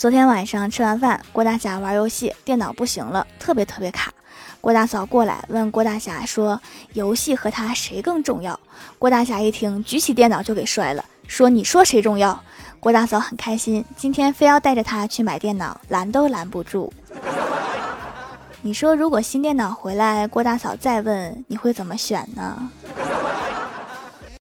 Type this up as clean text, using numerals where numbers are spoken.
昨天晚上吃完饭，郭大侠玩游戏，电脑不行了，特别卡。郭大嫂过来问郭大侠说，游戏和他谁更重要？郭大侠一听，举起电脑就给摔了，说你说谁重要？郭大嫂很开心，今天非要带着他去买电脑，拦都拦不住。你说如果新电脑回来，郭大嫂再问，你会怎么选呢？